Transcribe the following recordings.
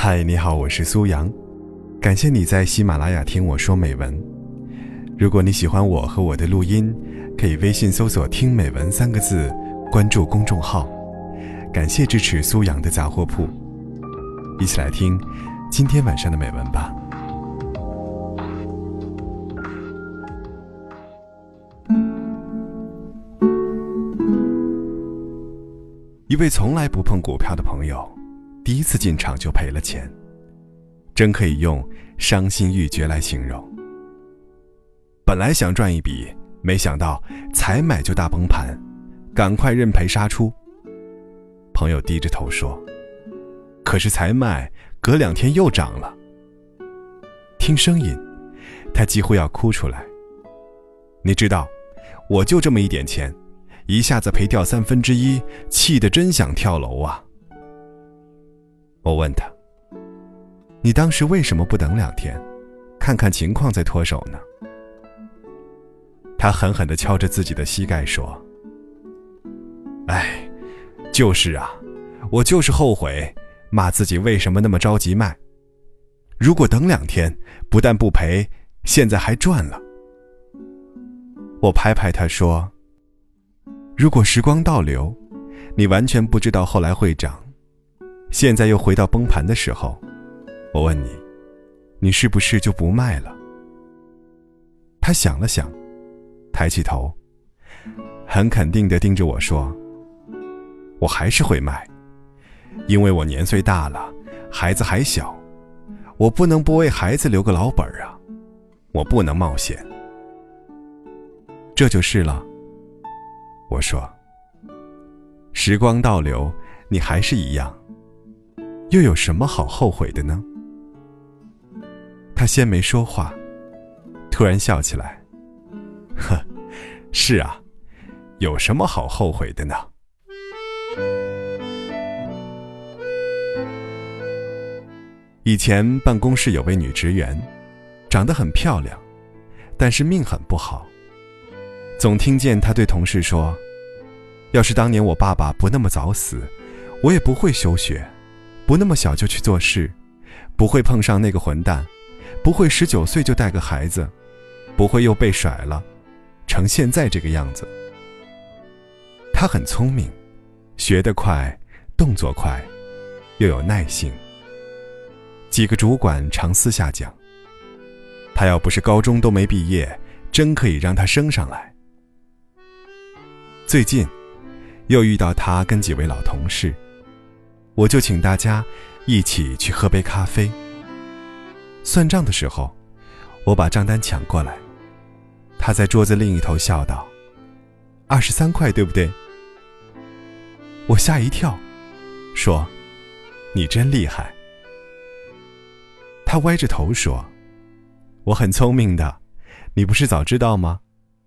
嗨，你好，我是苏阳，感谢你在喜马拉雅听我说美文。如果你喜欢我和我的录音，可以微信搜索听美文3个字，关注公众号。感谢支持苏阳的杂货铺，一起来听今天晚上的美文吧。一位从来不碰股票的朋友，第一次进场就赔了钱，真可以用伤心欲绝来形容。本来想赚一笔，没想到才买就大崩盘，赶快认赔杀出。朋友低着头说，可是才卖隔2天又涨了。听声音他几乎要哭出来。你知道，我就这么一点钱，一下子赔掉1/3，气得真想跳楼啊。我问他，你当时为什么不等2天，看看情况再脱手呢？他狠狠地敲着自己的膝盖说，就是啊，我就是后悔，骂自己为什么那么着急卖。如果等2天，不但不赔，现在还赚了。我拍拍他说，如果时光倒流，你完全不知道后来会涨，现在又回到崩盘的时候，我问你，你是不是就不卖了？他想了想，抬起头，很肯定地盯着我说，我还是会卖，因为我年岁大了，孩子还小，我不能不为孩子留个老本啊，我不能冒险。这就是了。我说，时光倒流，你还是一样，又有什么好后悔的呢？他先没说话，突然笑起来，是啊，有什么好后悔的呢？以前办公室有位女职员，长得很漂亮，但是命很不好。总听见她对同事说，要是当年我爸爸不那么早死，我也不会休学，不那么小就去做事，不会碰上那个混蛋，不会19岁就带个孩子，不会又被甩了，成现在这个样子。他很聪明，学得快，动作快，又有耐性。几个主管常私下讲，他要不是高中都没毕业，真可以让他升上来。最近又遇到他跟几位老同事，我就请大家一起去喝杯咖啡。算账的时候，我把账单抢过来，他在桌子另一头笑道，23块对不对？我吓一跳，说，你真厉害。他歪着头说，我很聪明的，你不是早知道吗？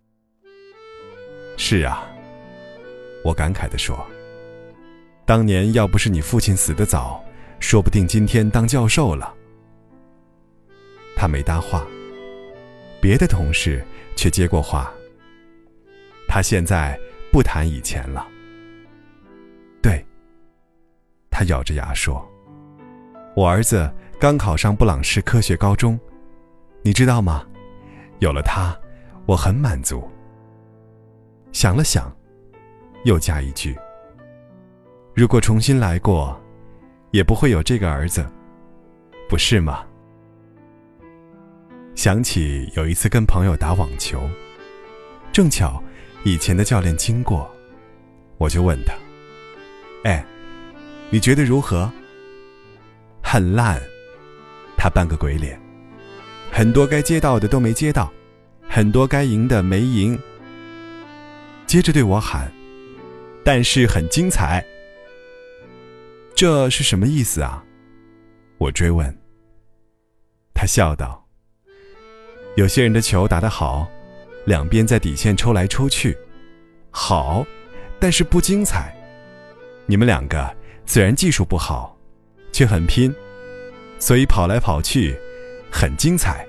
是啊，我感慨地说，当年要不是你父亲死得早，说不定今天当教授了。他没搭话，别的同事却接过话，他现在不谈以前了。对，他咬着牙说，我儿子刚考上布朗市科学高中，你知道吗？有了他，我很满足。想了想，又加一句，如果重新来过，也不会有这个儿子，不是吗？想起有一次跟朋友打网球，正巧以前的教练经过，我就问他，你觉得如何？很烂。他扮个鬼脸，很多该接到的都没接到，很多该赢的没赢。接着对我喊，但是很精彩。这是什么意思啊？我追问。他笑道，有些人的球打得好，两边在底线抽来抽去，好，但是不精彩。你们2个虽然技术不好，却很拼，所以跑来跑去很精彩。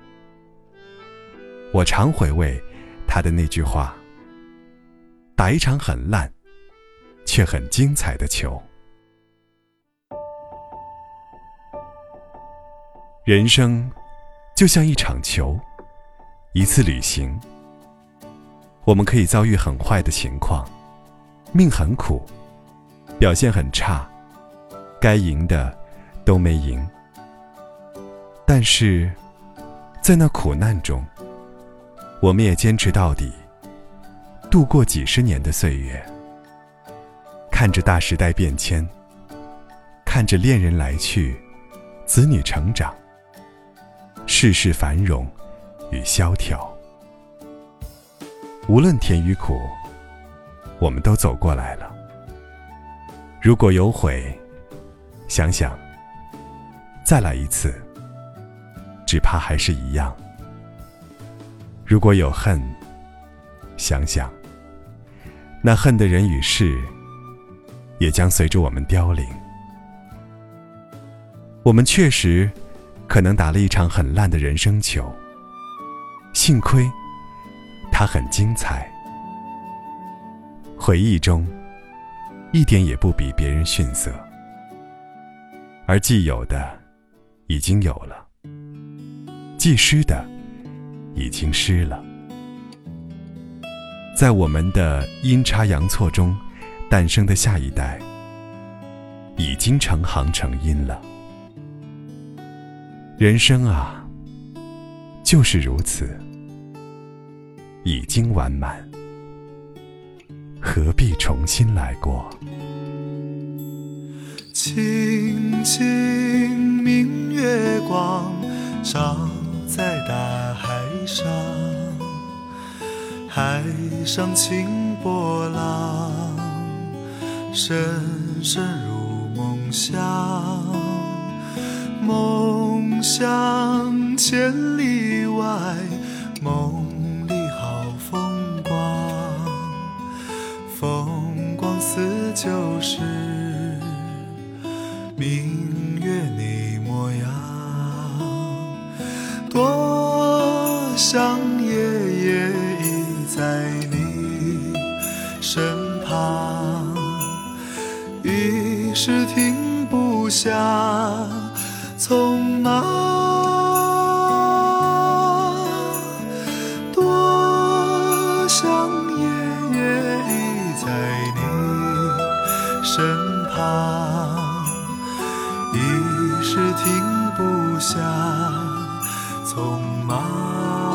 我常回味他的那句话，打一场很烂却很精彩的球。 人生就像一场球，一次旅行。我们可以遭遇很坏的情况，命很苦，表现很差，该赢的都没赢。但是在那苦难中，我们也坚持到底，度过几十年的岁月，看着大时代变迁，看着恋人来去，子女成长，世事繁荣与萧条。无论甜与苦，我们都走过来了。如果有悔，想想再来一次，只怕还是一样。如果有恨，想想那恨的人与事也将随着我们凋零。我们确实可能打了一场很烂的人生球，幸亏它很精彩，回忆中一点也不比别人逊色，而既有的已经有了，既失的已经失了。在我们的阴差阳错中诞生的下一代，已经成行成荫了。人生啊，就是如此，已经完满，何必重新来过？ 清清明月光照在大海上，海上清波浪，深深入梦乡。梦想千里外，梦里好风光，风光似旧时，明月你模样。多想夜夜依在你身旁，一时停不下匆忙。多想夜夜依在你身旁，一时停不下匆忙。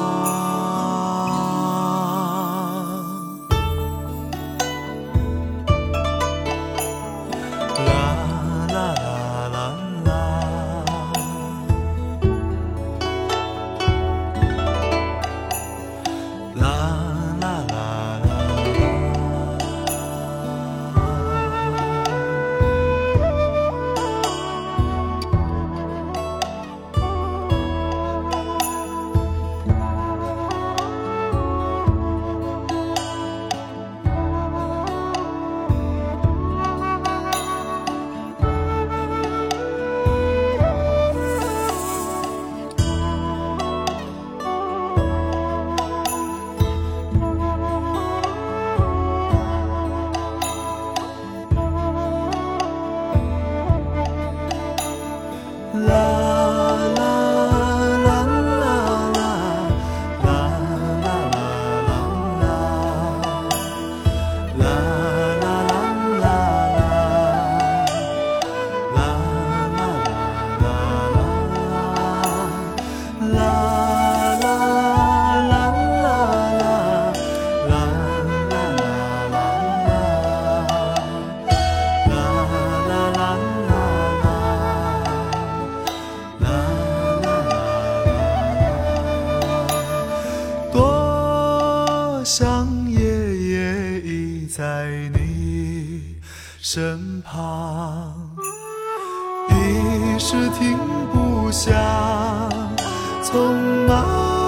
想夜夜依在你身旁，一时停不下匆忙。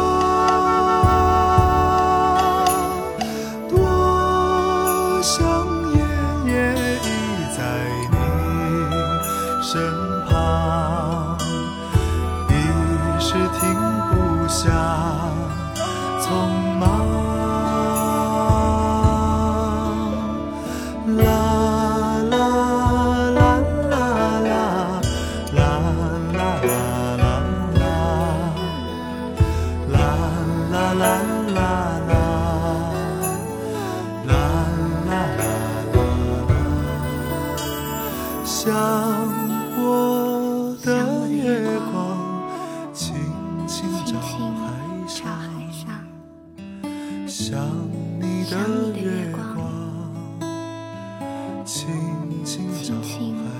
多想夜夜依在你身旁，一时停不下匆忙。啦啦啦啦啦啦啦啦。 想我的月光，轻轻照海上，想你的月光，轻轻照海上。